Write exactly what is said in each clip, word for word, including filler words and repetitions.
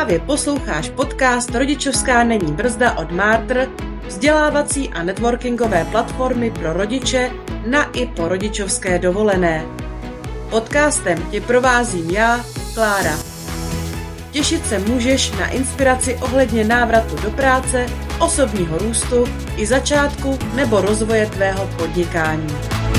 Právě posloucháš podcast Rodičovská není brzda od Martr, vzdělávací a networkingové platformy pro rodiče na i po rodičovské dovolené. Podcastem tě provázím já, Klára. Těšit se můžeš na inspiraci ohledně návratu do práce, osobního růstu i začátku nebo rozvoje tvého podnikání.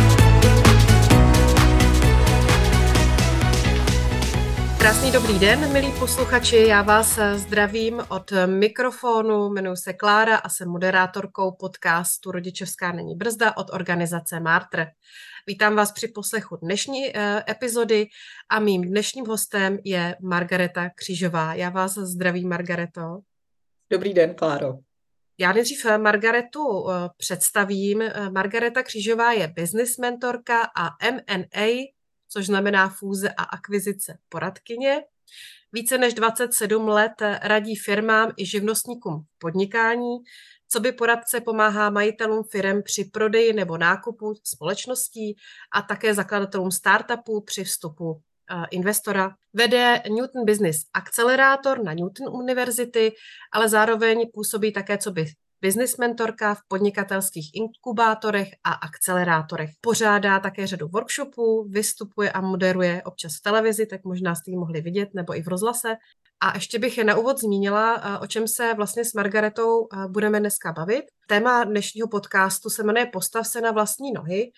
Krásný dobrý den, milí posluchači, já vás zdravím od mikrofonu, jmenuji se Klára a jsem moderátorkou podcastu Rodičovská není brzda od organizace Martr. Vítám vás při poslechu dnešní epizody a mým dnešním hostem je Margareta Křížová. Já vás zdravím, Margareto. Dobrý den, Kláro. Já nejdřív Margaretu představím. Margareta Křížová je business mentorka a M and A, což znamená fúze a akvizice poradkyně. Více než dvacet sedm let radí firmám i živnostníkům v podnikání. Coby poradce pomáhá majitelům firem při prodeji nebo nákupu společností a také zakladatelům startupů při vstupu uh, investora. Vede Newton Business Akcelerátor na Newton Univerzity, ale zároveň působí také coby business mentorka v podnikatelských inkubátorech a akcelerátorech. Pořádá také řadu workshopů, vystupuje a moderuje občas v televizi, tak možná jste ji mohli vidět, nebo i v rozhlase. A ještě bych je na úvod zmínila, o čem se vlastně s Margaretou budeme dneska bavit. Téma dnešního podcastu se jmenuje Postav se na vlastní nohy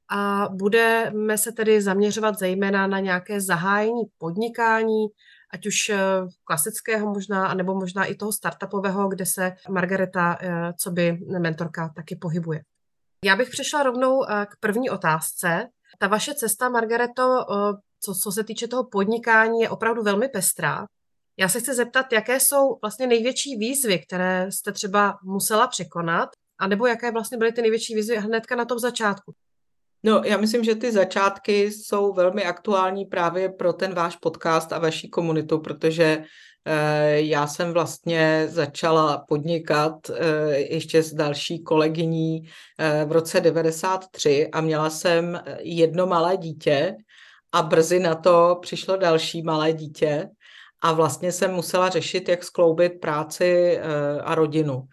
a budeme se tedy zaměřovat zejména na nějaké zahájení podnikání, ať už klasického možná, nebo možná i toho startupového, kde se Margareta, co by mentorka, taky pohybuje. Já bych přešla rovnou k první otázce. Ta vaše cesta, Margareto, co, co se týče toho podnikání, je opravdu velmi pestrá. Já se chci zeptat, jaké jsou vlastně největší výzvy, které jste třeba musela překonat, anebo jaké vlastně byly ty největší výzvy hnedka na tom začátku? No, já myslím, že ty začátky jsou velmi aktuální právě pro ten váš podcast a vaši komunitu, protože eh, já jsem vlastně začala podnikat eh, ještě s další kolegyní eh, v roce devadesát tři a měla jsem jedno malé dítě a brzy na to přišlo další malé dítě a vlastně jsem musela řešit, jak skloubit práci eh, a rodinu.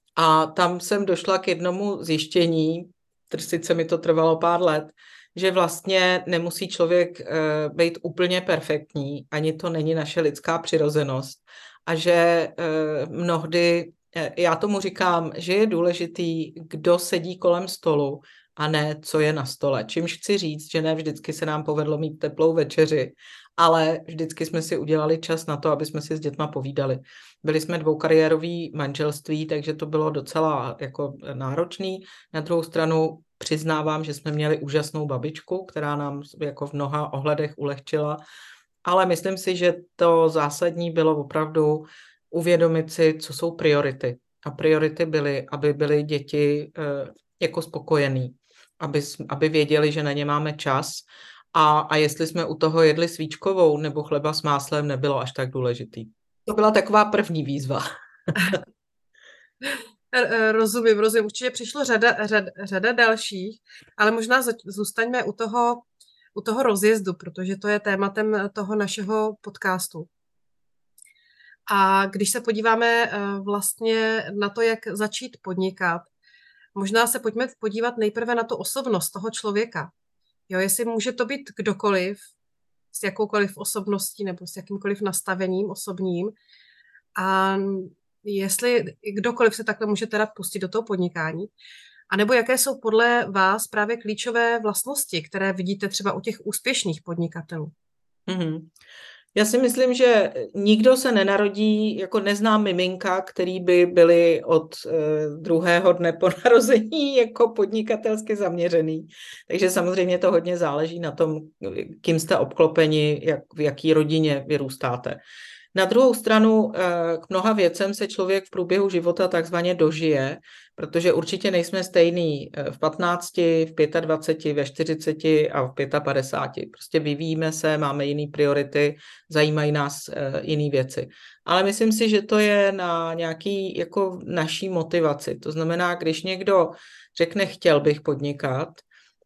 A tam jsem došla k jednomu zjištění, sice mi to trvalo pár let, že vlastně nemusí člověk uh, být úplně perfektní, ani to není naše lidská přirozenost. A že uh, mnohdy, uh, já tomu říkám, že je důležitý, kdo sedí kolem stolu a ne, co je na stole. Čímž chci říct, že ne vždycky se nám povedlo mít teplou večeři, ale vždycky jsme si udělali čas na to, aby jsme si s dětma povídali. Byli jsme dvoukariérový manželství, takže to bylo docela jako náročný. Na druhou stranu přiznávám, že jsme měli úžasnou babičku, která nám jako v mnoha ohledech ulehčila, ale myslím si, že to zásadní bylo opravdu uvědomit si, co jsou priority. A priority byly, aby byly děti jako spokojený, aby, aby věděli, že na ně máme čas, A, a jestli jsme u toho jedli svíčkovou nebo chleba s máslem, nebylo až tak důležitý. To byla taková první výzva. Rozumím, rozumím. Určitě přišlo řada, řada, řada dalších, ale možná zůstaňme u toho, u toho rozjezdu, protože to je tématem toho našeho podcastu. A když se podíváme vlastně na to, jak začít podnikat, možná se pojďme podívat nejprve na tu osobnost toho člověka. Jo, jestli může to být kdokoliv, s jakoukoliv osobností nebo s jakýmkoliv nastavením osobním. A jestli kdokoliv se takhle může teda pustit do toho podnikání. A nebo jaké jsou podle vás právě klíčové vlastnosti, které vidíte třeba u těch úspěšných podnikatelů? Mm-hmm. Já si myslím, že nikdo se nenarodí, jako neznám miminka, který by byli od e, druhého dne po narození jako podnikatelsky zaměřený. Takže samozřejmě to hodně záleží na tom, kým jste obklopeni, jak, v jaký rodině vyrůstáte. Na druhou stranu k mnoha věcem se člověk v průběhu života takzvaně dožije, protože určitě nejsme stejný v patnácti, v dvaceti pěti, ve čtyřiceti a v padesátě pěti. Prostě vyvíjíme se, máme jiné priority, zajímají nás jiné věci. Ale myslím si, že to je na nějaký jako naší motivaci. To znamená, když někdo řekne, chtěl bych podnikat,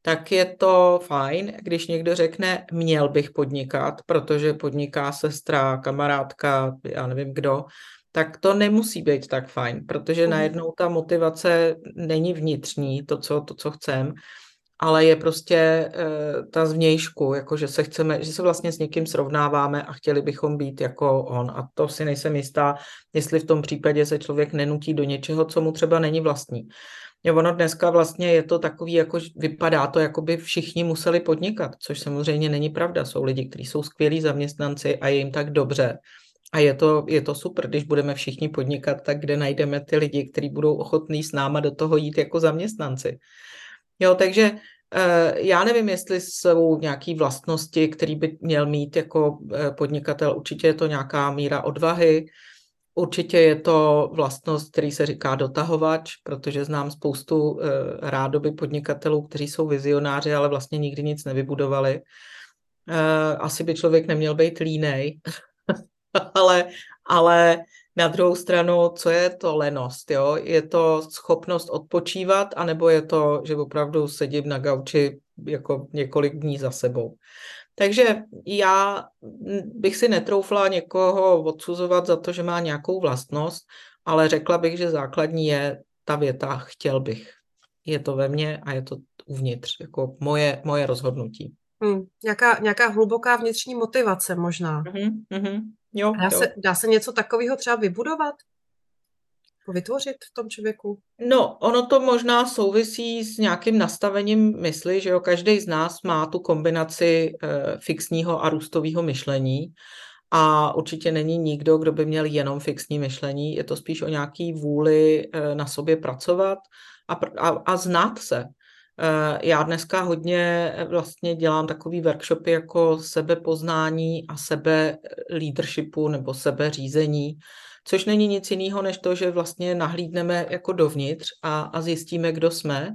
tak je to fajn, když někdo řekne, měl bych podnikat, protože podniká sestra, kamarádka, já nevím kdo, tak to nemusí být tak fajn, protože najednou ta motivace není vnitřní, to, co, to, co chcem, ale je prostě uh, ta zvnějšku, jako že se chceme, že se vlastně s někým srovnáváme a chtěli bychom být jako on. A to si nejsem jistá, jestli v tom případě se člověk nenutí do něčeho, co mu třeba není vlastní. Jo, ono dneska vlastně je to takový, jako vypadá to, jako by všichni museli podnikat, což samozřejmě není pravda. Jsou lidi, kteří jsou skvělí zaměstnanci a je jim tak dobře. A je to, je to super, když budeme všichni podnikat, tak kde najdeme ty lidi, kteří budou ochotní s náma do toho jít jako zaměstnanci. Jo, takže já nevím, jestli jsou nějaké vlastnosti, které by měl mít jako podnikatel. Určitě je to nějaká míra odvahy, určitě je to vlastnost, který se říká dotahovač, protože znám spoustu rádoby podnikatelů, kteří jsou vizionáři, ale vlastně nikdy nic nevybudovali. Asi by člověk neměl být línej, ale, ale na druhou stranu, co je to lenost? Jo? Je to schopnost odpočívat, anebo je to, že opravdu sedím na gauči jako několik dní za sebou? Takže já bych si netroufla někoho odsuzovat za to, že má nějakou vlastnost, ale řekla bych, že základní je ta věta chtěl bych. Je to ve mně a je to uvnitř, jako moje, moje rozhodnutí. Hmm, nějaká, nějaká hluboká vnitřní motivace možná. Uh-huh, uh-huh. Jo, dá, jo. Se, dá se něco takového třeba vybudovat? Vytvořit v tom člověku? No, ono to možná souvisí s nějakým nastavením mysli, že jo, každý z nás má tu kombinaci e, fixního a růstového myšlení a určitě není nikdo, kdo by měl jenom fixní myšlení, je to spíš o nějaký vůli e, na sobě pracovat a, a, a znát se. E, já dneska hodně vlastně dělám takový workshopy jako sebepoznání a sebe leadershipu nebo sebeřízení, což není nic jiného, než to, že vlastně nahlídneme jako dovnitř a, a zjistíme, kdo jsme.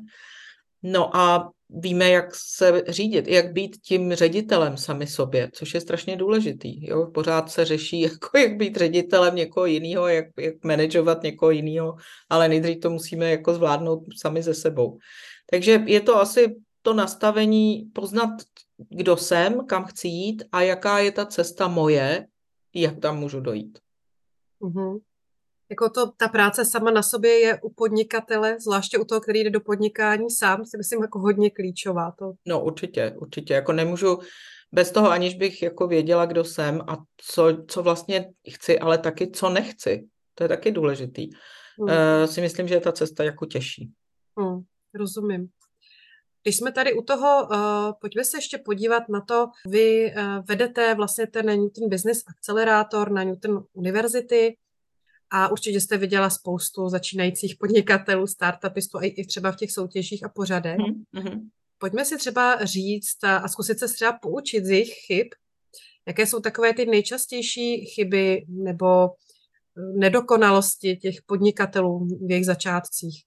No a víme, jak se řídit, jak být tím ředitelem sami sobě, což je strašně důležitý. Jo? Pořád se řeší, jako jak být ředitelem někoho jiného, jak, jak manažovat někoho jiného, ale nejdřív to musíme jako zvládnout sami ze sebou. Takže je to asi to nastavení, poznat, kdo jsem, kam chci jít a jaká je ta cesta moje, jak tam můžu dojít. Uhum. Jako to, ta práce sama na sobě je u podnikatele, zvláště u toho, který jde do podnikání sám, si myslím jako hodně klíčová. To... No určitě, určitě. Jako nemůžu bez toho, aniž bych jako věděla, kdo jsem a co, co vlastně chci, ale taky co nechci. To je taky důležitý. Hmm. Uh, si myslím, že je ta cesta jako těžší. Hmm, rozumím. Když jsme tady u toho, uh, pojďme se ještě podívat na to, vy uh, vedete vlastně ten Newton Business Accelerator na Newton University a určitě jste viděla spoustu začínajících podnikatelů, startupistů a i třeba v těch soutěžích a pořadech. Mm-hmm. Pojďme si třeba říct a zkusit se třeba poučit z jejich chyb, jaké jsou takové ty nejčastější chyby nebo nedokonalosti těch podnikatelů v jejich začátcích.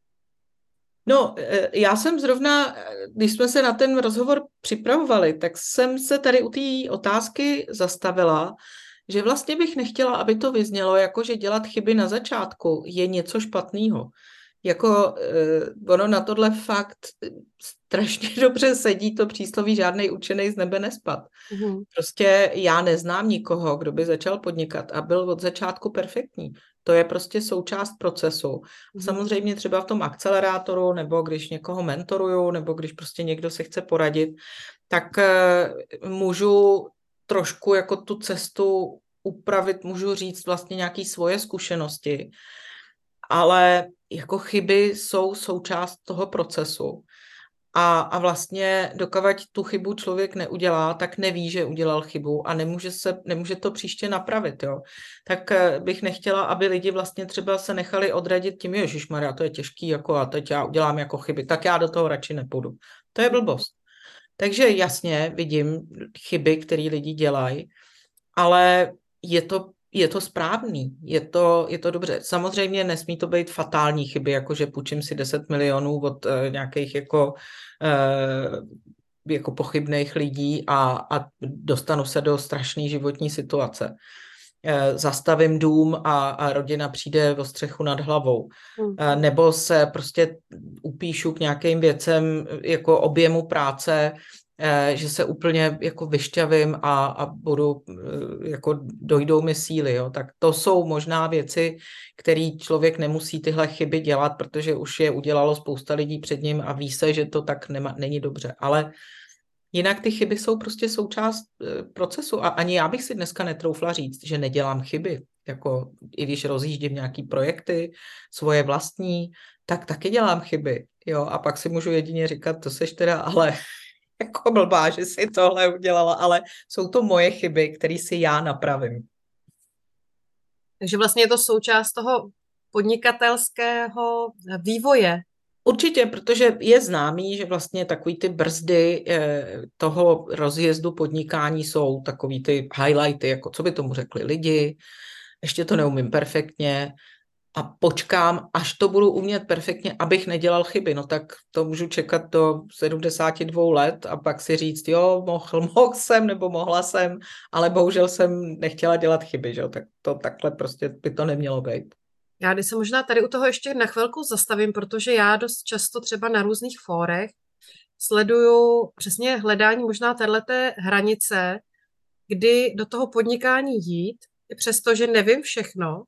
No, já jsem zrovna, když jsme se na ten rozhovor připravovali, tak jsem se tady u té otázky zastavila, že vlastně bych nechtěla, aby to vyznělo, jako že dělat chyby na začátku je něco špatného. Jako ono na tohle fakt strašně dobře sedí to přísloví žádnej učenej z nebe nespad. Mm. Prostě já neznám nikoho, kdo by začal podnikat a byl od začátku perfektní. To je prostě součást procesu. Mm. Samozřejmě třeba v tom akcelerátoru, nebo když někoho mentoruju, nebo když prostě někdo se chce poradit, tak uh, můžu trošku jako tu cestu upravit, můžu říct vlastně nějaké svoje zkušenosti, ale jako chyby jsou součást toho procesu. A, a vlastně dokavať tu chybu člověk neudělá, tak neví, že udělal chybu a nemůže, se, nemůže to příště napravit. Jo. Tak bych nechtěla, aby lidi vlastně třeba se nechali odradit tím, ježišmarja, to je těžký, jako a teď já udělám jako chyby, tak já do toho radši nepůjdu. To je blbost. Takže jasně vidím chyby, které lidi dělají, ale je to Je to správný, je to, je to dobře. Samozřejmě nesmí to být fatální chyby, jako že půjčím si deset milionů od uh, nějakých jako, uh, jako pochybných lidí a, a dostanu se do strašné životní situace. zastavím dům a, a rodina přijde o střechu nad hlavou. Hmm. Nebo se prostě upíšu k nějakým věcem jako objemu práce, že se úplně jako vyšťavím a, a budu, jako dojdou mi síly, jo. Tak to jsou možná věci, které člověk nemusí tyhle chyby dělat, protože už je udělalo spousta lidí před ním a ví se, že to tak nema, není dobře. Ale jinak ty chyby jsou prostě součást procesu a ani já bych si dneska netroufla říct, že nedělám chyby. Jako i když rozjíždím nějaký projekty, svoje vlastní, tak taky dělám chyby. Jo, a pak si můžu jedině říkat, to seš teda ale jako blbá, že si tohle udělala, ale jsou to moje chyby, které si já napravím. Takže vlastně je to součást toho podnikatelského vývoje. Určitě, protože je známý, že vlastně takový ty brzdy toho rozjezdu podnikání jsou takový ty highlighty, jako co by tomu řekli lidi, ještě to neumím perfektně a počkám, až to budu umět perfektně, abych nedělal chyby. No tak to můžu čekat do sedmdesáti dvou let a pak si říct, jo, mohl, mohl jsem nebo mohla jsem, ale bohužel jsem nechtěla dělat chyby, že? Tak to takhle prostě by to nemělo být. Já když se možná tady u toho ještě na chvilku zastavím, protože já dost často třeba na různých fórech sleduju přesně hledání možná téhleté hranice, kdy do toho podnikání jít, přestože nevím všechno,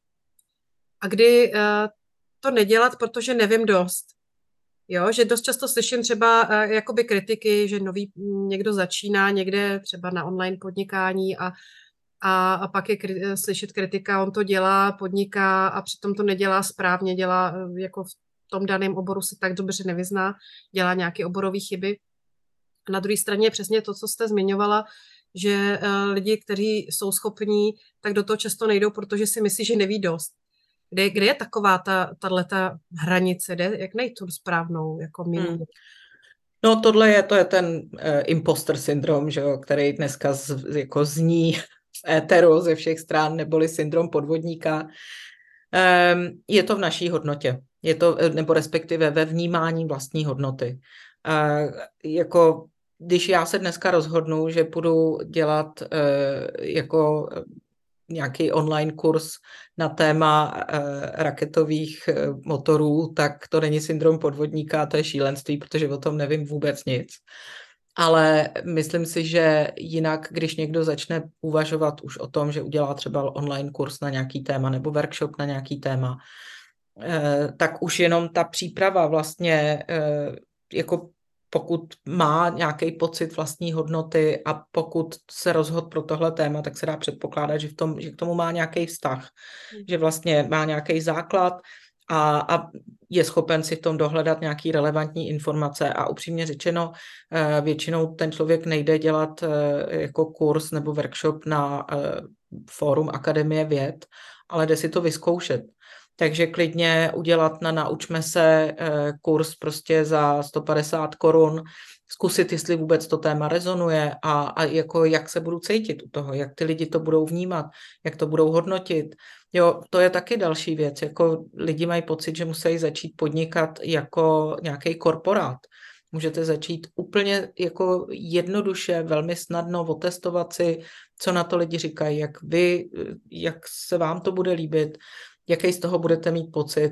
a kdy uh, to nedělat, protože nevím dost. Jo, že dost často slyším třeba uh, jakoby kritiky, že nový někdo začíná někde třeba na online podnikání a, a, a pak je kri- slyšet kritika, on to dělá, podniká a přitom to nedělá správně, dělá uh, jako v tom daném oboru se tak dobře nevyzná, dělá nějaké oborové chyby. A na druhé straně je přesně to, co jste zmiňovala, že uh, lidi, kteří jsou schopní, tak do toho často nejdou, protože si myslí, že neví dost. Kde, kde je taková ta, tato hranice, kde, jak najít tu správnou jako míru? Hmm. No tohle je, to je ten uh, imposter syndrom, že jo, který dneska z, jako zní z éteru ze všech stran, neboli syndrom podvodníka. Um, je to v naší hodnotě, je to, nebo respektive ve vnímání vlastní hodnoty. Uh, jako když já se dneska rozhodnu, že budu dělat uh, jako nějaký online kurz na téma uh, raketových uh, motorů, tak to není syndrom podvodníka, to je šílenství, protože o tom nevím vůbec nic. Ale myslím si, že jinak, když někdo začne uvažovat už o tom, že udělá třeba online kurz na nějaký téma nebo workshop na nějaký téma, uh, tak už jenom ta příprava vlastně uh, jako pokud má nějaký pocit vlastní hodnoty a pokud se rozhodl pro tohle téma, tak se dá předpokládat, že, v tom, že k tomu má nějaký vztah, mm. že vlastně má nějaký základ a, a je schopen si v tom dohledat nějaký relevantní informace a upřímně řečeno, většinou ten člověk nejde dělat jako kurz nebo workshop na fórum Akademie věd, ale jde si to vyzkoušet. Takže klidně udělat na Naučme se kurz prostě za sto padesát korun, zkusit, jestli vůbec to téma rezonuje a, a jako jak se budu cítit u toho, jak ty lidi to budou vnímat, jak to budou hodnotit. Jo, to je taky další věc. Jako lidi mají pocit, že musí začít podnikat jako nějaký korporát. Můžete začít úplně jako jednoduše, velmi snadno otestovat si, co na to lidi říkají, jak vy, jak se vám to bude líbit, jaký z toho budete mít pocit.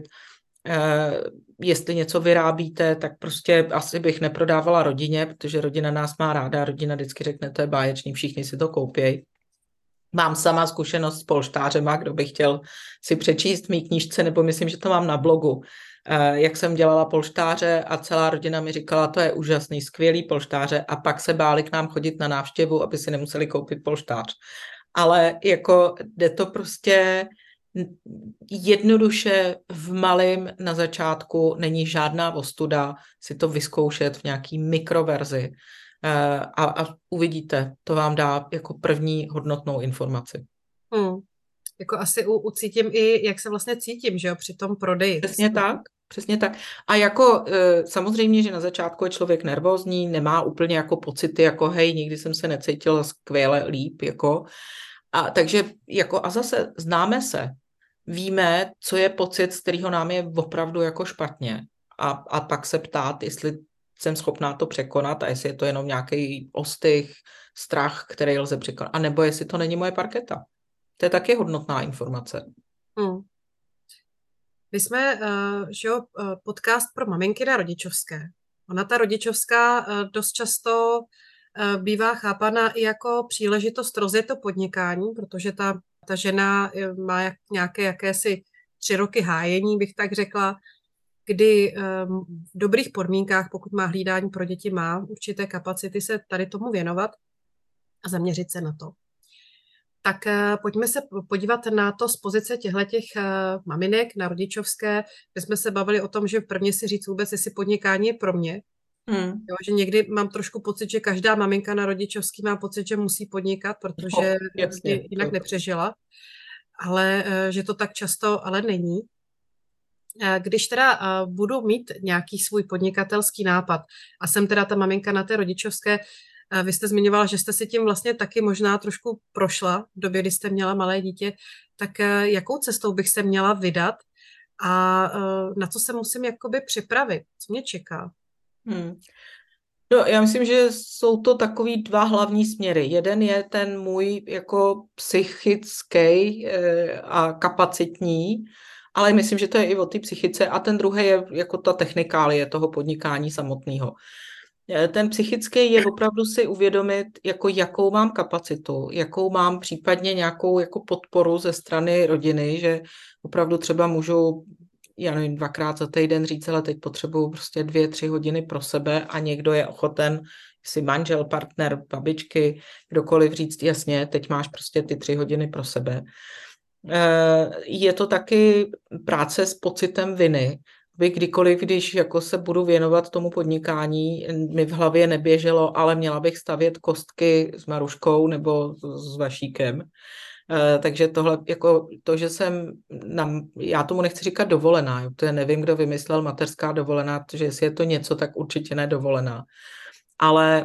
Uh, jestli něco vyrábíte, tak prostě asi bych neprodávala rodině, protože rodina nás má ráda, rodina vždycky řekne, to je báječný, všichni si to koupějí. Mám sama zkušenost s polštářema, kdo by chtěl si přečíst mý knížce, nebo myslím, že to mám na blogu, uh, jak jsem dělala polštáře a celá rodina mi říkala, to je úžasný, skvělý polštáře a pak se báli k nám chodit na návštěvu, aby si nemuseli koupit polštář. Ale jako jde to prostě jednoduše v malém na začátku, není žádná ostuda si to vyzkoušet v nějaký mikroverzi a, a uvidíte, to vám dá jako první hodnotnou informaci. Hmm. Jako asi u, ucítím i, jak se vlastně cítím, že jo, při tom prodeji. Přesně tak, přesně tak. A jako samozřejmě, že na začátku je člověk nervózní, nemá úplně jako pocity, jako hej, nikdy jsem se necítil skvěle líp, jako a takže jako a zase známe se, víme, co je pocit, z kterého nám je opravdu jako špatně a, a pak se ptát, jestli jsem schopná to překonat a jestli je to jenom nějaký ostych, strach, který lze překonat, a nebo jestli to není moje parketa. To je taky hodnotná informace. Hmm. My jsme, uh, že jo, podcast pro maminky na rodičovské. Ona ta rodičovská uh, dost často uh, bývá chápaná i jako příležitost rozjet to podnikání, protože ta, ta žena má jak, nějaké jakési tři roky hájení, bych tak řekla, kdy um, v dobrých podmínkách, pokud má hlídání pro děti, má určité kapacity se tady tomu věnovat a zaměřit se na to. Tak uh, pojďme se podívat na to z pozice těchhletěch uh, maminek na rodičovské. My jsme se bavili o tom, že prvně si říct vůbec, jestli podnikání je pro mě. Hmm. Jo, že někdy mám trošku pocit, že každá maminka na rodičovský má pocit, že musí podnikat, protože no, jasně, jinak to... nepřežila. Ale uh, že to tak často ale není. Když teda budu mít nějaký svůj podnikatelský nápad a jsem teda ta maminka na té rodičovské, vy jste zmiňovala, že jste si tím vlastně taky možná trošku prošla v době, kdy jste měla malé dítě, tak jakou cestou bych se měla vydat a na co se musím jakoby připravit? Co mě čeká? Hmm. No, já myslím, že jsou to takový dva hlavní směry. Jeden je ten můj jako psychický a kapacitní, ale myslím, že to je i o té psychice, a ten druhý je jako ta technikálie toho podnikání samotného. Ten psychický je opravdu si uvědomit, jako jakou mám kapacitu, jakou mám případně nějakou jako podporu ze strany rodiny, že opravdu třeba můžu, já nevím, dvakrát za týden říct, ale teď potřebuju prostě dvě, tři hodiny pro sebe a někdo je ochoten, si manžel, partner, babičky, kdokoliv říct, jasně, teď máš prostě ty tři hodiny pro sebe. Je to taky práce s pocitem viny, aby kdykoliv, když jako se budu věnovat tomu podnikání, mi v hlavě neběželo, ale měla bych stavět kostky s Maruškou nebo s Vašíkem. Takže tohle, jako to, že jsem, na, já tomu nechci říkat dovolená, jo, to je nevím, kdo vymyslel mateřská dovolená, protože jestli je to něco, tak určitě nedovolená. Ale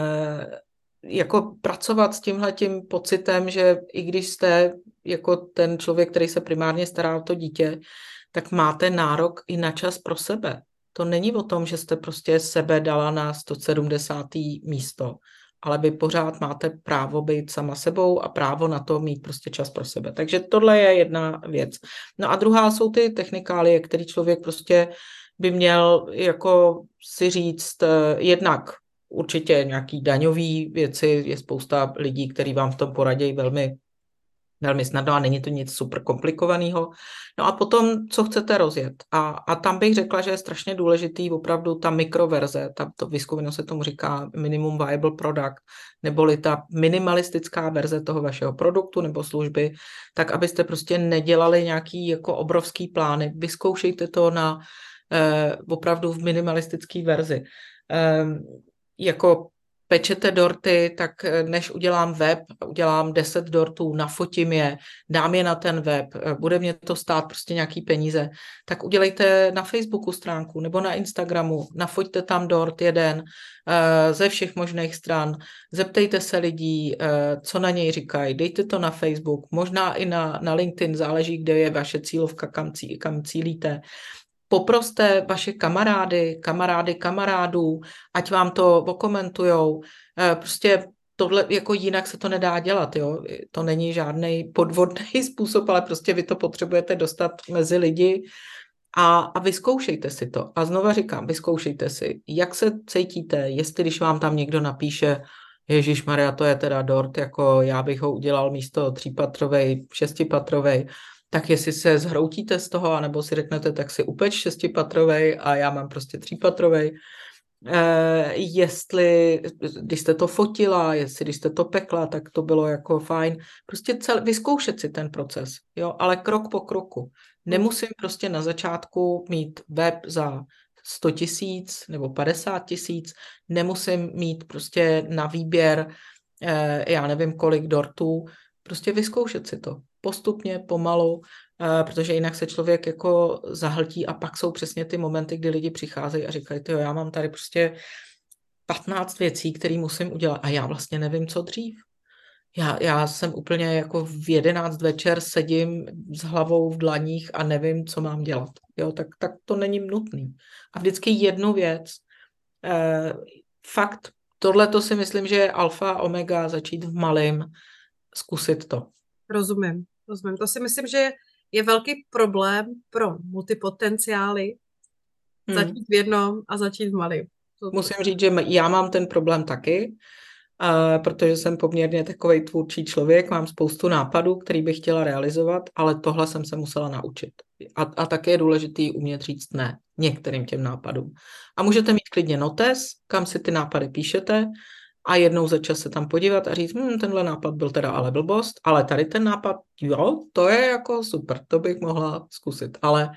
jako pracovat s tímhletím pocitem, že i když jste jako ten člověk, který se primárně stará o to dítě, tak máte nárok i na čas pro sebe. To není o tom, že jste prostě sebe dala na sto sedmdesátý místo, ale vy pořád máte právo být sama sebou a právo na to mít prostě čas pro sebe. Takže tohle je jedna věc. No a druhá jsou ty technikálie, který člověk prostě by měl jako si říct jednak určitě nějaký daňový věci, je spousta lidí, kteří vám v tom poradí velmi, velmi snadno a není to nic super komplikovaného. No a potom, co chcete rozjet. A, a tam bych řekla, že je strašně důležitý opravdu ta mikroverze, ta, to výzkumně se tomu říká minimum viable product, neboli ta minimalistická verze toho vašeho produktu nebo služby, tak abyste prostě nedělali nějaký jako obrovský plány. Vyzkoušejte to na eh, opravdu v minimalistické verzi. Eh, jako pečete dorty, tak než udělám web, udělám deset dortů, nafotím je, dám je na ten web, bude mě to stát prostě nějaký peníze, tak udělejte na Facebooku stránku nebo na Instagramu, nafoťte tam dort jeden ze všech možných stran, zeptejte se lidí, co na něj říkají, dejte to na Facebook, možná i na, na LinkedIn, záleží, kde je vaše cílovka, kam, cí, kam cílíte. Poproste vaše kamarády, kamarády kamarádů, ať vám to okomentujou. Prostě tohle, jako jinak se to nedá dělat, jo. To není žádný podvodný způsob, ale prostě vy to potřebujete dostat mezi lidi a, a vyzkoušejte si to. A znova říkám, vyzkoušejte si, jak se cítíte, jestli když vám tam někdo napíše, Ježišmarja, to je teda dort, jako já bych ho udělal místo třípatrovej, šestipatrovej, tak jestli se zhroutíte z toho, anebo si řeknete, tak si upeč šestipatrovej a já mám prostě třípatrovej. E, jestli, když jste to fotila, jestli když jste to pekla, tak to bylo jako fajn. Prostě cel, vyzkoušet si ten proces, jo, ale krok po kroku. Nemusím prostě na začátku mít web za sto tisíc nebo padesát tisíc, nemusím mít prostě na výběr, e, já nevím kolik dortů, prostě vyzkoušet si to. Postupně, pomalu, protože jinak se člověk jako zahltí a pak jsou přesně ty momenty, kdy lidi přicházejí a říkají, jo, já mám tady prostě patnáct věcí, které musím udělat a já vlastně nevím, co dřív. Já, já jsem úplně jako v jedenáct večer sedím s hlavou v dlaních a nevím, co mám dělat. Jo, tak, tak to není nutný. A vždycky jednu věc. Eh, fakt, tohle to si myslím, že je alfa, omega, začít v malém, zkusit to. Rozumím, rozumím. To si myslím, že je velký problém pro multipotenciály Hmm. začít v jednom a začít v malém. To, to... Musím říct, že já mám ten problém taky, uh, protože jsem poměrně takovej tvůrčí člověk, mám spoustu nápadů, který bych chtěla realizovat, ale tohle jsem se musela naučit. A, a také je důležitý umět říct ne některým těm nápadům. A můžete mít klidně notes, kam si ty nápady píšete a jednou za čas se tam podívat a říct, hm, tenhle nápad byl teda ale blbost, ale tady ten nápad, jo, to je jako super, to bych mohla zkusit, ale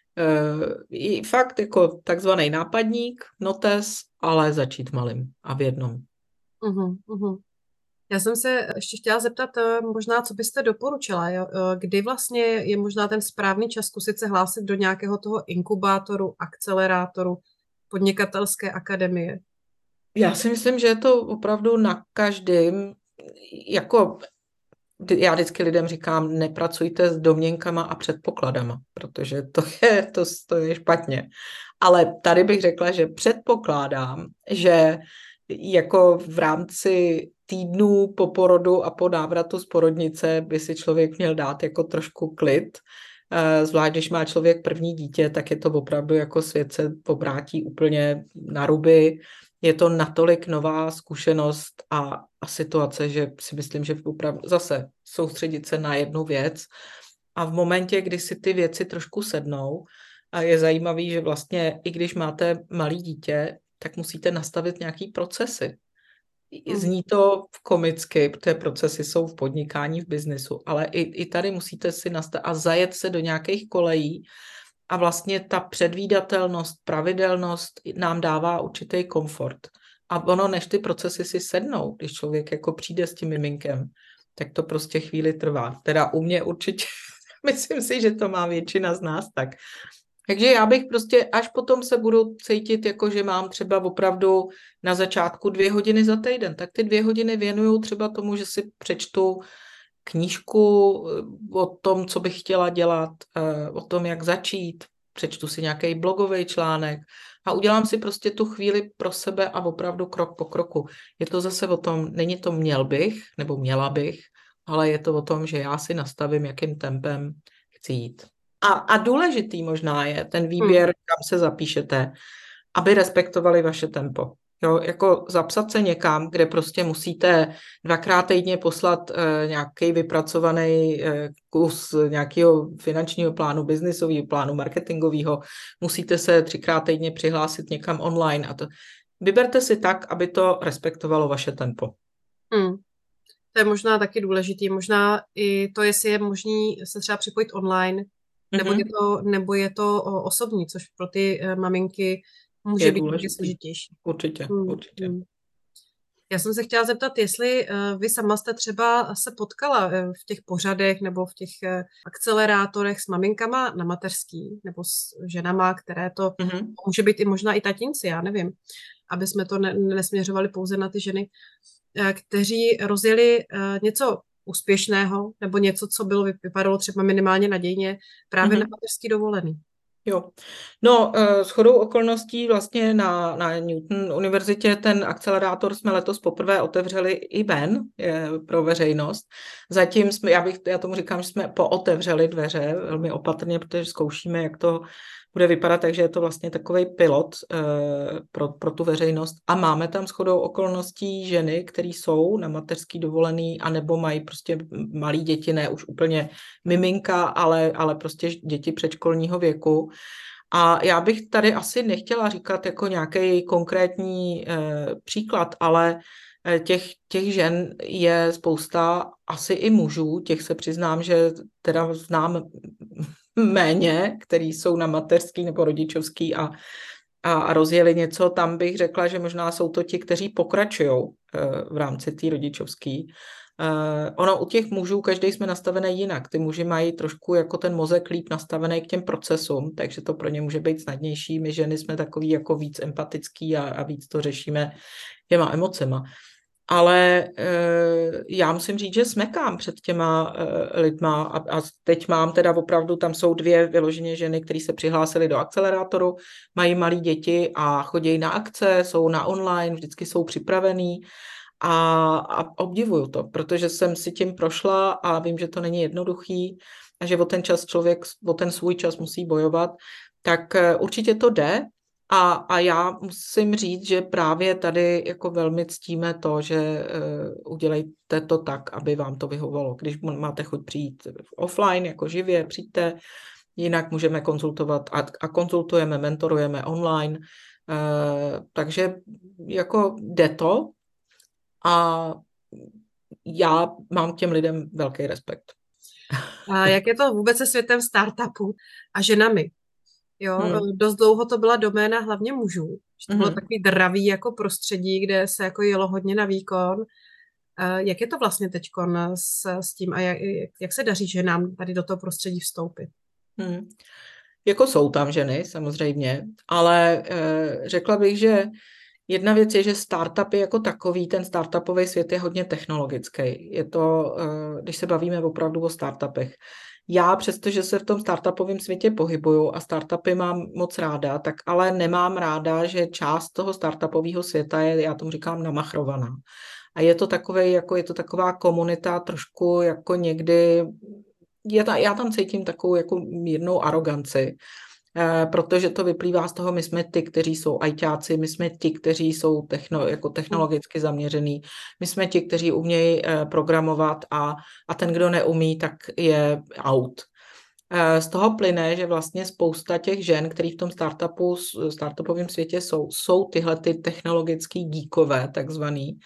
Uh, fakt jako takzvaný nápadník, notes, ale začít malým a v jednom. Uhum, uhum. Já jsem se ještě chtěla zeptat, možná, co byste doporučila, jo? Kdy vlastně je možná ten správný čas zkusit se hlásit do nějakého toho inkubátoru, akcelerátoru, podnikatelské akademie? Já si myslím, že je to opravdu na každém, jako já vždycky lidem říkám, nepracujte s domněnkama a předpokladama, protože to je, to, to je špatně. Ale tady bych řekla, že předpokládám, že jako v rámci týdnů po porodu a po návratu z porodnice by si člověk měl dát jako trošku klid. Zvlášť, když má člověk první dítě, tak je to opravdu jako svět se obrátí úplně na ruby. Je to natolik nová zkušenost a, a situace, že si myslím, že opravdu zase soustředit se na jednu věc a v momentě, kdy si ty věci trošku sednou, a je zajímavý, že vlastně i když máte malý dítě, tak musíte nastavit nějaký procesy. Zní to komicky, protože procesy jsou v podnikání, v biznesu, ale i, i tady musíte si nastavit a zajet se do nějakých kolejí a vlastně ta předvídatelnost, pravidelnost nám dává určitý komfort. A ono, než ty procesy si sednou, když člověk jako přijde s tím miminkem, tak to prostě chvíli trvá. Teda u mě určitě, myslím si, že to má většina z nás tak. Takže já bych prostě, až potom se budu cítit, jako že mám třeba opravdu na začátku dvě hodiny za týden, tak ty dvě hodiny věnuju třeba tomu, že si přečtu knížku o tom, co bych chtěla dělat, o tom, jak začít, přečtu si nějaký blogový článek a udělám si prostě tu chvíli pro sebe a opravdu krok po kroku. Je to zase o tom, není to měl bych, nebo měla bych, ale je to o tom, že já si nastavím, jakým tempem chci jít. A, a důležitý možná je ten výběr, hmm. kam se zapíšete, aby respektovali vaše tempo. Jo, jako zapsat se někam, kde prostě musíte dvakrát týdně poslat e, nějaký vypracovaný e, kus nějakého finančního plánu, biznisového plánu, marketingového, musíte se třikrát týdně přihlásit někam online a to. Vyberte si tak, aby to respektovalo vaše tempo. Hmm. To je možná taky důležitý. Možná i to, jestli je možný se třeba připojit online, nebo, mm-hmm. je, to, nebo je to osobní, což pro ty maminky může je být hodně složitější. Určitě, hmm. určitě. Já jsem se chtěla zeptat, jestli vy sama jste třeba se potkala v těch pořadech nebo v těch akcelerátorech s maminkama na mateřský, nebo s ženama, které to mm-hmm. může být i možná i tatínci, já nevím, aby jsme to ne, nesměřovali pouze na ty ženy, kteří rozjeli něco úspěšného, nebo něco, co bylo, vypadalo třeba minimálně nadějně, právě mm-hmm. na mateřský dovolený. Jo. No, shodou okolností vlastně na, na Newton univerzitě ten akcelerátor jsme letos poprvé otevřeli i ven je, pro veřejnost. Zatím jsme, já, bych, já tomu říkám, že jsme pootevřeli dveře velmi opatrně, protože zkoušíme, jak to bude vypadat, takže je to vlastně takový pilot uh, pro, pro tu veřejnost a máme tam shodou okolností ženy, které jsou na mateřský dovolený anebo mají prostě malý děti, ne už úplně miminka, ale, ale prostě děti předškolního věku. A já bych tady asi nechtěla říkat jako nějaký konkrétní uh, příklad, ale těch, těch žen je spousta, asi i mužů, těch se přiznám, že teda znám méně, který jsou na mateřský nebo rodičovský a, a, a rozjeli něco, tam bych řekla, že možná jsou to ti, kteří pokračují uh, v rámci té rodičovský. Uh, ono u těch mužů, každý jsme nastavený jinak. Ty muži mají trošku jako ten mozek líp nastavený k těm procesům, takže to pro ně může být snadnější. My ženy jsme takový jako víc empatický a, a víc to řešíme těma emocema. Ale e, já musím říct, že smekám před těma e, lidma a, a teď mám teda opravdu, tam jsou dvě vyloženě ženy, které se přihlásily do akcelerátoru, mají malí děti a chodí na akce, jsou na online, vždycky jsou připravený A, a obdivuju to, protože jsem si tím prošla a vím, že to není jednoduchý a že o ten čas člověk, o ten svůj čas musí bojovat, tak určitě to jde. A, a já musím říct, že právě tady jako velmi ctíme to, že uh, udělejte to tak, aby vám to vyhovovalo. Když máte chuť přijít offline, jako živě, přijďte, jinak můžeme konzultovat a, a konzultujeme, mentorujeme online. Uh, takže jako jde to a já mám k těm lidem velký respekt. A jak je to vůbec se světem startupů a ženami? Jo, Hmm. dost dlouho to byla doména hlavně mužů. Že to bylo Hmm. takový dravý jako prostředí, kde se jako jelo hodně na výkon. Jak je to vlastně teďkon s, s tím a jak, jak se daří ženám tady do toho prostředí vstoupit? Hmm. Jako jsou tam ženy, samozřejmě, ale e, řekla bych, že jedna věc je, že startupy jako takový, ten startupový svět je hodně technologický. Je to, e, když se bavíme opravdu o startupech. Já, přestože se v tom startupovém světě pohybuju a startupy mám moc ráda, tak ale nemám ráda, že část toho startupového světa je, já tomu říkám, namachrovaná. A je to takové, jako je to taková komunita trošku jako někdy, je ta, já tam cítím takovou jako mírnou aroganci, eh, protože to vyplývá z toho, my jsme ty, kteří jsou ajťáci, my jsme ti, kteří jsou techno, jako technologicky zaměřený, my jsme ti, kteří umějí eh, programovat a, a ten, kdo neumí, tak je out. Z toho plyne, že vlastně spousta těch žen, který v tom startupu, startupovém světě jsou, jsou tyhle ty technologický geekové, takzvaný.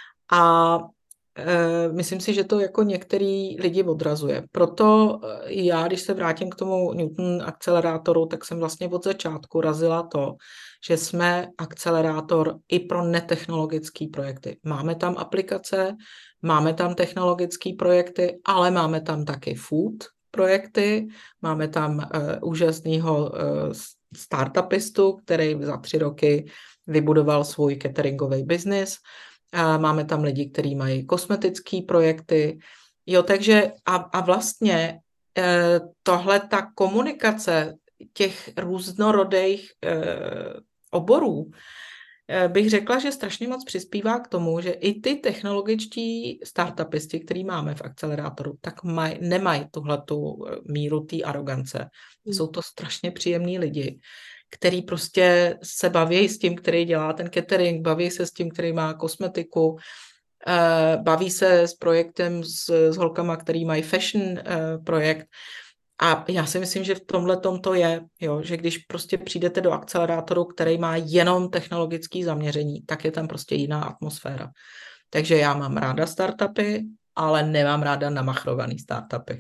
A e, myslím si, že to jako některý lidi odrazuje. Proto já, když se vrátím k tomu Newton akcelerátoru, tak jsem vlastně od začátku razila to, že jsme akcelerátor i pro netechnologické projekty. Máme tam aplikace, máme tam technologické projekty, ale máme tam taky food projekty, máme tam uh, úžasného uh, startupistu, který za tři roky vybudoval svůj cateringový biznis. A máme tam lidi, kteří mají kosmetické projekty. Jo, takže a, a vlastně eh, tohle ta komunikace těch různorodých eh, oborů eh, bych řekla, že strašně moc přispívá k tomu, že i ty technologičtí startupisti, který máme v akcelerátoru, tak maj, nemají tuhletu míru té arogance. Jsou to strašně příjemní lidi, který prostě se baví s tím, který dělá ten catering, baví se s tím, který má kosmetiku, baví se s projektem s, s holkama, který mají fashion projekt. A já si myslím, že v tomhle tom to je, jo, že když prostě přijdete do akcelerátoru, který má jenom technologické zaměření, tak je tam prostě jiná atmosféra. Takže já mám ráda startupy, ale nemám ráda namachrovaný startupy.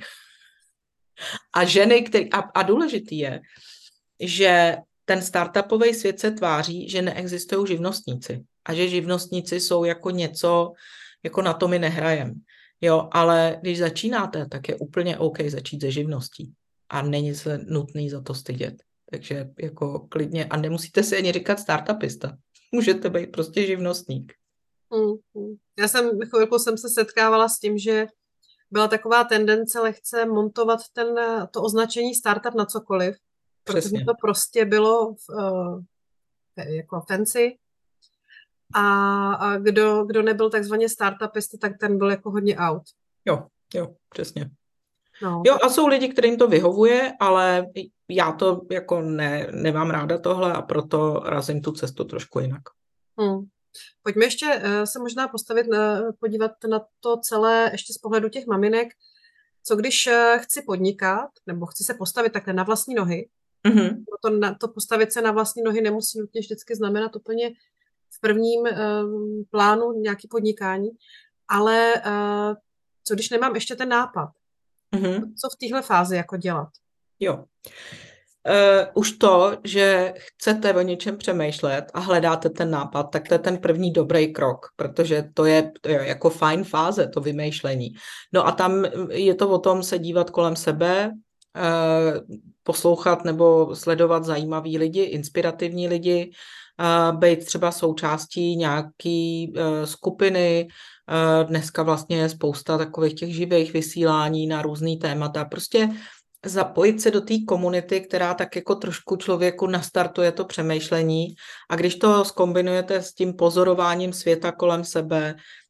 A ženy, který, a, a důležitý je, že ten startupový svět se tváří, že neexistují živnostníci a že živnostníci jsou jako něco, jako na to my nehrajeme. Jo, ale když začínáte, tak je úplně OK začít ze živností a není se nutný za to stydět. Takže jako klidně, a nemusíte si ani říkat startupista. Můžete být prostě živnostník. Hmm. Já jsem, chvilku jsem se setkávala s tím, že byla taková tendence lehce montovat ten, to označení startup na cokoliv, protože Přesně. to prostě bylo uh, jako fancy. A, a kdo, kdo nebyl takzvaně startupista, tak ten byl jako hodně out. Jo, jo, přesně. No. Jo, a jsou lidi, kterým to vyhovuje, ale já to jako ne, nemám ráda tohle a proto razím tu cestu trošku jinak. Hmm. Pojďme ještě uh, se možná postavit, uh, podívat na to celé ještě z pohledu těch maminek. Co když uh, chci podnikat, nebo chci se postavit takhle na vlastní nohy, Mm-hmm. proto na, to postavit se na vlastní nohy nemusí nutně vždycky znamenat úplně v prvním um, plánu nějaký podnikání, ale uh, co když nemám ještě ten nápad? Mm-hmm. Co v téhle fázi jako dělat? Jo. Uh, už to, že chcete o něčem přemýšlet a hledáte ten nápad, tak to je ten první dobrý krok, protože to je, to je jako fajn fáze, to vymýšlení. No a tam je to o tom se dívat kolem sebe, uh, poslouchat nebo sledovat zajímavý lidi, inspirativní lidi, uh, být třeba součástí nějaký uh, skupiny. Uh, dneska vlastně je spousta takových těch živých vysílání na různý témata. Prostě zapojit se do té komunity, která tak jako trošku člověku nastartuje to přemýšlení, a když to zkombinujete s tím pozorováním světa kolem sebe,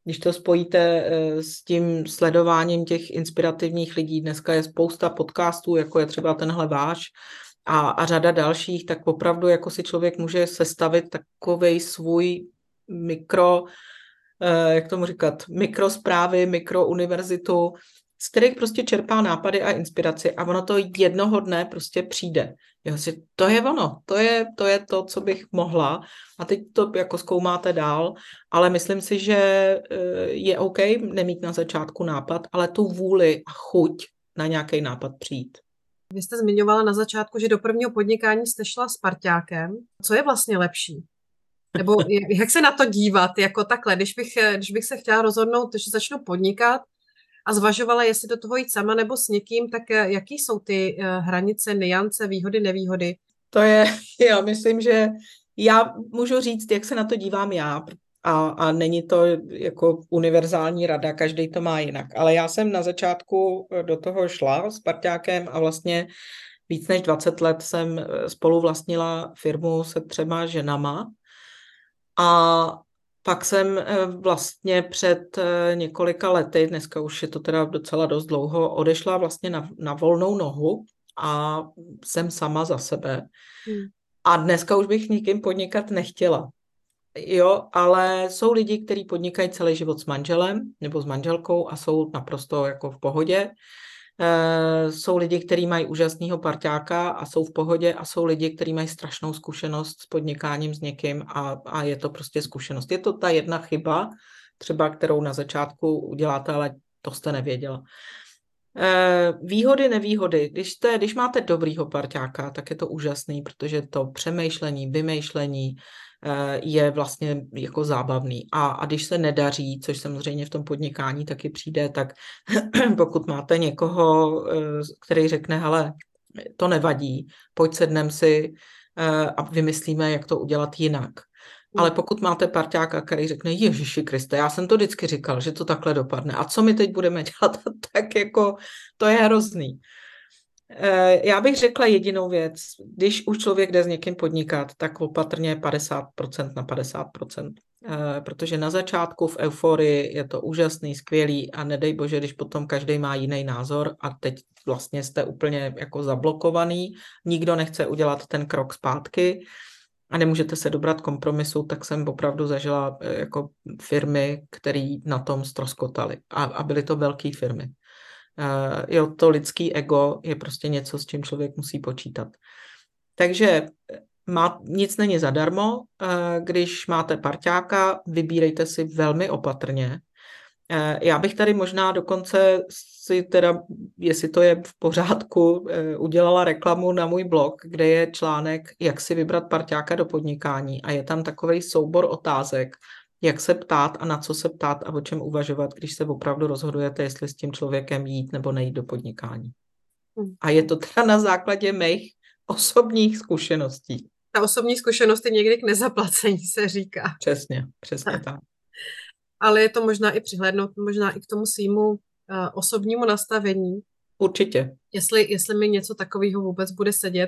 Když to spojíte s tím sledováním těch inspirativních lidí, dneska je spousta podcastů, jako je třeba tenhle váš a, a řada dalších, tak opravdu jako si člověk může sestavit takovej svůj mikro, jak tomu říkat, mikrosprávy, mikrouniverzitu, z kterých prostě čerpá nápady a inspiraci a ono to jednoho dne prostě přijde. Jo, si, to je ono, to je, to je to, co bych mohla a teď to jako zkoumáte dál, ale myslím si, že je OK nemít na začátku nápad, ale tu vůli a chuť na nějaký nápad přijít. Vy jste zmiňovala na začátku, že do prvního podnikání jste šla s parťákem. Co je vlastně lepší? Nebo jak se na to dívat jako takhle, když bych, když bych se chtěla rozhodnout, že začnu podnikat, a zvažovala, jestli do toho jít sama nebo s někým, tak jaký jsou ty hranice, niance, výhody, nevýhody? To je, já myslím, že já můžu říct, jak se na to dívám já a, a není to jako univerzální rada, každý to má jinak, ale já jsem na začátku do toho šla s parťákem a vlastně víc než dvacet let jsem spolu vlastnila firmu se třema ženama a pak jsem vlastně před několika lety, dneska už je to teda docela dost dlouho, odešla vlastně na, na volnou nohu a jsem sama za sebe. Hmm. A dneska už bych nikým podnikat nechtěla. Jo, ale jsou lidi, kteří podnikají celý život s manželem nebo s manželkou a jsou naprosto jako v pohodě. E, jsou lidi, kteří mají úžasného parťáka a jsou v pohodě a jsou lidi, kteří mají strašnou zkušenost s podnikáním s někým a, a je to prostě zkušenost. Je to ta jedna chyba, třeba kterou na začátku uděláte, ale to jste nevěděla. E, výhody, nevýhody. Když, jste, když máte dobrýho parťáka, tak je to úžasný, protože to přemýšlení, vymýšlení je vlastně jako zábavný. A, a když se nedaří, což samozřejmě v tom podnikání taky přijde, tak pokud máte někoho, který řekne, hele, to nevadí, pojď sednem si a vymyslíme, jak to udělat jinak. Ale pokud máte parťáka, který řekne, Ježiši Kriste, já jsem to vždycky říkal, že to takhle dopadne. A co my teď budeme dělat? Tak jako to je hrozný. Já bych řekla jedinou věc. Když už člověk jde s někým podnikat, tak opatrně padesát procent na padesát procent. Protože na začátku v euforii je to úžasný, skvělý a nedej bože, když potom každý má jiný názor a teď vlastně jste úplně jako zablokovaný, nikdo nechce udělat ten krok zpátky a nemůžete se dobrat kompromisu, tak jsem opravdu zažila jako firmy, které na tom ztroskotaly a, a byly to velké firmy. Uh, jo, to lidský ego je prostě něco, s čím člověk musí počítat. Takže má, nic není zadarmo. Uh, když máte parťáka, vybírejte si velmi opatrně. Uh, já bych tady možná dokonce si teda, jestli to je v pořádku, uh, udělala reklamu na můj blog, kde je článek, jak si vybrat parťáka do podnikání a je tam takovej soubor otázek, jak se ptát a na co se ptát a o čem uvažovat, když se opravdu rozhodujete, jestli s tím člověkem jít nebo nejít do podnikání. Hmm. A je to teda na základě mých osobních zkušeností. Ta osobní zkušenost je někdy k nezaplacení, se říká. Přesně, přesně tak. Ale je to možná i přihlédnout, možná i k tomu svýmu uh, osobnímu nastavení. Určitě. Jestli, jestli mi něco takového vůbec bude sedět.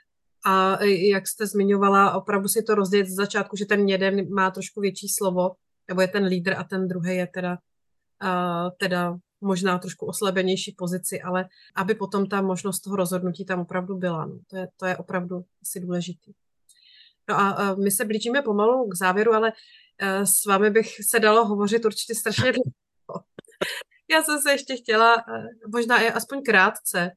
A jak jste zmiňovala, opravdu si to rozdělit z začátku, že ten jeden má trošku větší slovo, nebo je ten lídr a ten druhý je teda, uh, teda možná trošku oslabenější pozici, ale aby potom ta možnost toho rozhodnutí tam opravdu byla. No. To, je, to je opravdu asi důležitý. No a uh, my se blížíme pomalu k závěru, ale uh, s vámi bych se dalo hovořit určitě strašně dlouho. Já jsem se ještě chtěla, uh, možná i aspoň krátce,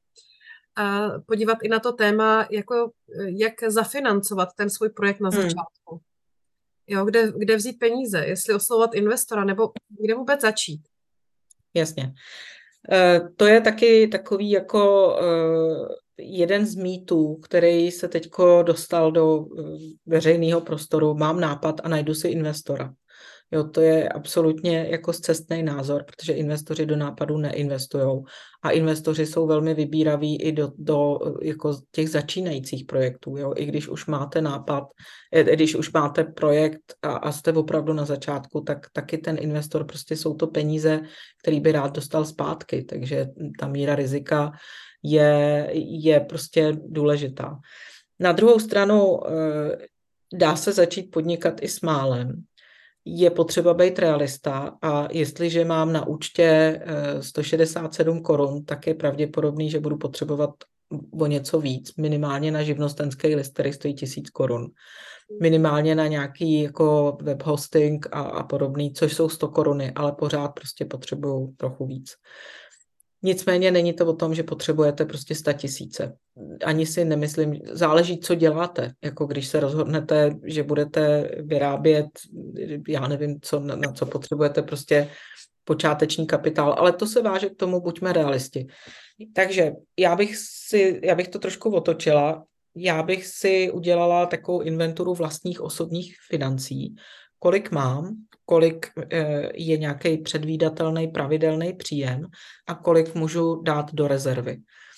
a podívat i na to téma, jako jak zafinancovat ten svůj projekt na začátku. Hmm. Jo, kde, kde vzít peníze, jestli oslovovat investora, nebo kde vůbec začít. Jasně. E, to je taky takový jako e, jeden z mýtů, který se teďko dostal do veřejného prostoru. Mám nápad a najdu si investora. Jo, to je absolutně jako scestný názor, protože investoři do nápadů neinvestujou a investoři jsou velmi vybíraví i do, do jako těch začínajících projektů. Jo. I když už máte nápad, když už máte projekt a, a jste opravdu na začátku, tak taky ten investor, prostě jsou to peníze, který by rád dostal zpátky, takže ta míra rizika je, je prostě důležitá. Na druhou stranu dá se začít podnikat i s málem. je potřeba být realista a jestliže mám na účtě sto šedesát sedm korun, tak je pravděpodobný, že budu potřebovat o něco víc, minimálně na živnostenský list, který stojí tisíc korun. Minimálně na nějaký jako web hosting a, a podobný, což jsou sto koruny, ale pořád prostě potřebuju trochu víc. Nicméně není to o tom, že potřebujete prostě sta tisíce. Ani si nemyslím, záleží, co děláte. Jako když se rozhodnete, že budete vyrábět, já nevím, co, na, na co potřebujete prostě počáteční kapitál, ale to se váže k tomu, buďme realisti. Takže já bych, si, já bych to trošku otočila. Já bych si udělala takovou inventuru vlastních osobních financí, kolik mám, kolik je nějaký předvídatelný, pravidelný příjem a kolik můžu dát do rezervy.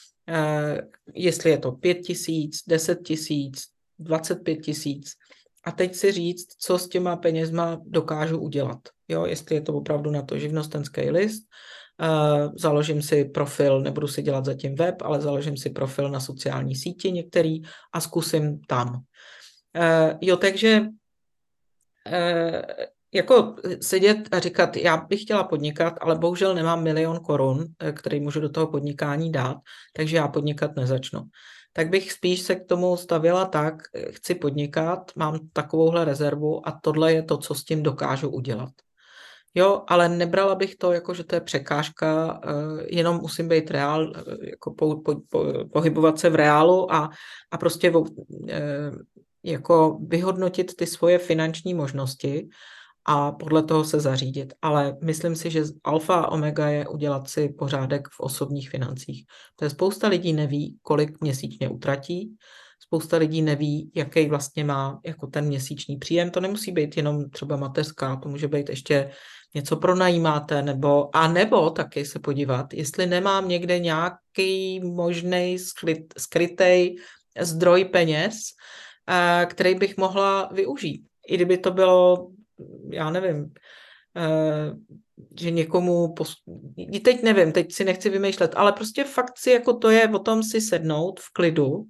Jestli je to pět tisíc, deset tisíc, dvacet pět tisíc. A teď si říct, co s těma penězma dokážu udělat. Jo, jestli je to opravdu na to živnostenský list, Uh, založím si profil, nebudu si dělat zatím web, ale založím si profil na sociální síti některý a zkusím tam. Uh, jo, takže uh, jako sedět a říkat, já bych chtěla podnikat, ale bohužel nemám milion korun, který můžu do toho podnikání dát, takže já podnikat nezačnu. Tak bych spíš se k tomu stavila tak, chci podnikat, mám takovouhle rezervu a tohle je to, co s tím dokážu udělat. Jo, ale nebrala bych to, jako že to je překážka, jenom musím být reál, jako po, po, po, pohybovat se v reálu a, a prostě jako vyhodnotit ty svoje finanční možnosti a podle toho se zařídit. Ale myslím si, že alfa a omega je udělat si pořádek v osobních financích. To je spousta lidí neví, kolik měsíčně utratí, spousta lidí neví, jaký vlastně má jako ten měsíční příjem. To nemusí být jenom třeba mateřská, to může být ještě něco pronajímáte, nebo, a nebo taky se podívat, jestli nemám někde nějaký možný skryt, skrytej zdroj peněz, který bych mohla využít. I kdyby to bylo, já nevím, že někomu, pos... teď nevím, teď si nechci vymýšlet, ale prostě fakt si jako to je o tom si sednout v klidu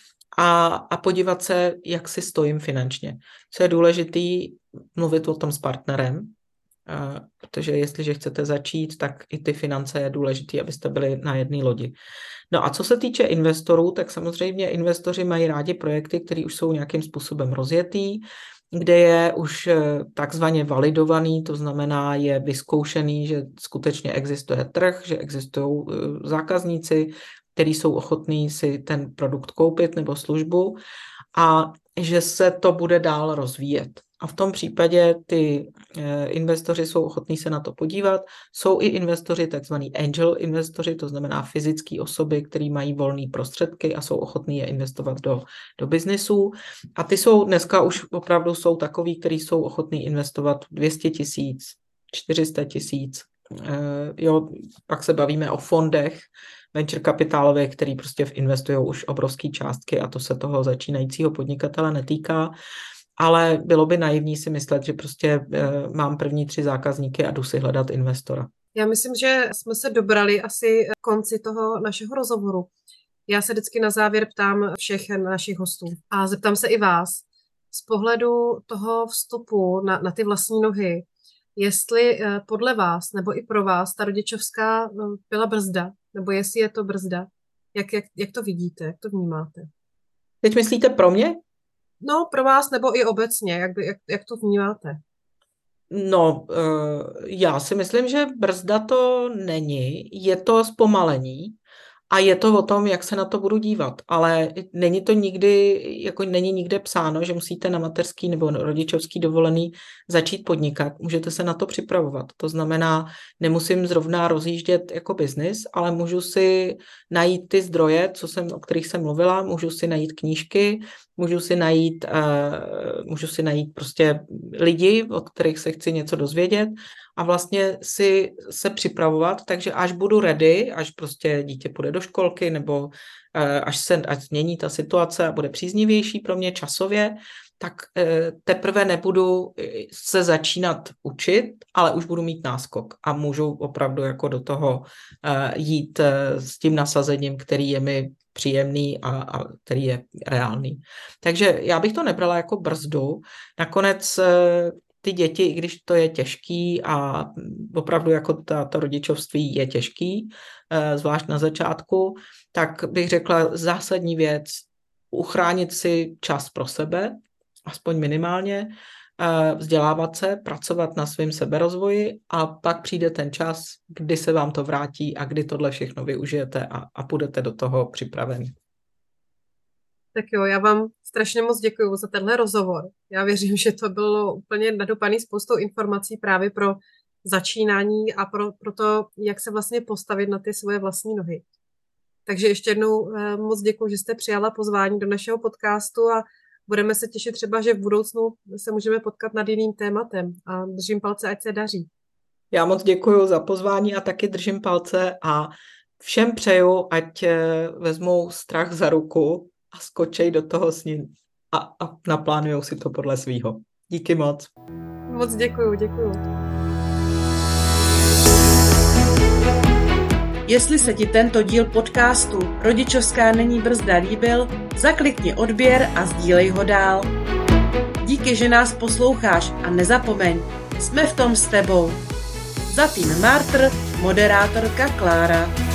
a, a podívat se, jak si stojím finančně. Co je důležitý, mluvit o tom s partnerem, Uh, protože jestliže chcete začít, tak i ty finance je důležité, abyste byli na jedné lodi. No a co se týče investorů, tak samozřejmě investoři mají rádi projekty, které už jsou nějakým způsobem rozjetý, kde je už takzvaně validovaný, to znamená je vyzkoušený, že skutečně existuje trh, že existují zákazníci, kteří jsou ochotní si ten produkt koupit nebo službu a že se to bude dál rozvíjet. A v tom případě ty investoři jsou ochotní se na to podívat. Jsou i investoři, takzvaný angel investoři, to znamená fyzické osoby, které mají volné prostředky a jsou ochotní je investovat do, do biznisů. A ty jsou dneska už opravdu jsou takový, kteří jsou ochotní investovat dvě stě tisíc, čtyři sta tisíc. Jo, pak se bavíme o fondech venture kapitálových, který prostě investují už obrovské částky a to se toho začínajícího podnikatele netýká. Ale bylo by naivní si myslet, že prostě uh, mám první tři zákazníky a jdu si hledat investora. Já myslím, že jsme se dobrali asi k konci toho našeho rozhovoru. Já se vždycky na závěr ptám všech našich hostů a zeptám se i vás. Z pohledu toho vstupu na, na ty vlastní nohy, jestli uh, podle vás nebo i pro vás ta rodičovská uh, byla brzda, nebo jestli je to brzda, jak, jak, jak to vidíte, jak to vnímáte? Teď myslíte pro mě? No, pro vás nebo i obecně, jak, by, jak, jak to vnímáte? No, já si myslím, že brzda to není, je to zpomalení a je to o tom, jak se na to budu dívat, ale není to nikdy, jako není nikde psáno, že musíte na mateřský nebo rodičovský dovolený začít podnikat. Můžete se na to připravovat. To znamená, nemusím zrovna rozjíždět jako biznis, ale můžu si najít ty zdroje, co jsem, o kterých jsem mluvila, můžu si najít knížky, můžu si najít, uh, můžu si najít prostě lidi, od kterých se chci něco dozvědět a vlastně si se připravovat, takže až budu ready, až prostě dítě půjde do školky nebo uh, až se až změní ta situace a bude příznivější pro mě časově, tak uh, teprve nebudu se začínat učit, ale už budu mít náskok a můžu opravdu jako do toho uh, jít uh, s tím nasazením, který je mi příjemný a, a který je reálný. Takže já bych to nebrala jako brzdu. Nakonec ty děti, i když to je těžký a opravdu jako ta, to rodičovství je těžký, zvlášť na začátku, tak bych řekla zásadní věc, uchránit si čas pro sebe, aspoň minimálně, vzdělávat se, pracovat na svém seberozvoji a pak přijde ten čas, kdy se vám to vrátí a kdy tohle všechno využijete a, a půjdete do toho připraveni. Tak jo, já vám strašně moc děkuju za tenhle rozhovor. Já věřím, že to bylo úplně nadupaný spoustou informací právě pro začínání a pro, pro to, jak se vlastně postavit na ty svoje vlastní nohy. Takže ještě jednou moc děkuju, že jste přijala pozvání do našeho podcastu a budeme se těšit třeba, že v budoucnu se můžeme potkat nad jiným tématem a držím palce, ať se daří. Já moc děkuju za pozvání a taky držím palce a všem přeju, ať vezmou strach za ruku a skočej do toho s ním a, a naplánujou si to podle svýho. Díky moc. Moc děkuju, děkuju. Jestli se ti tento díl podcastu Rodičovská není brzda líbil, zaklikni odběr a sdílej ho dál. Díky, že nás posloucháš a nezapomeň, jsme v tom s tebou. Za tým Martr, moderátorka Klára.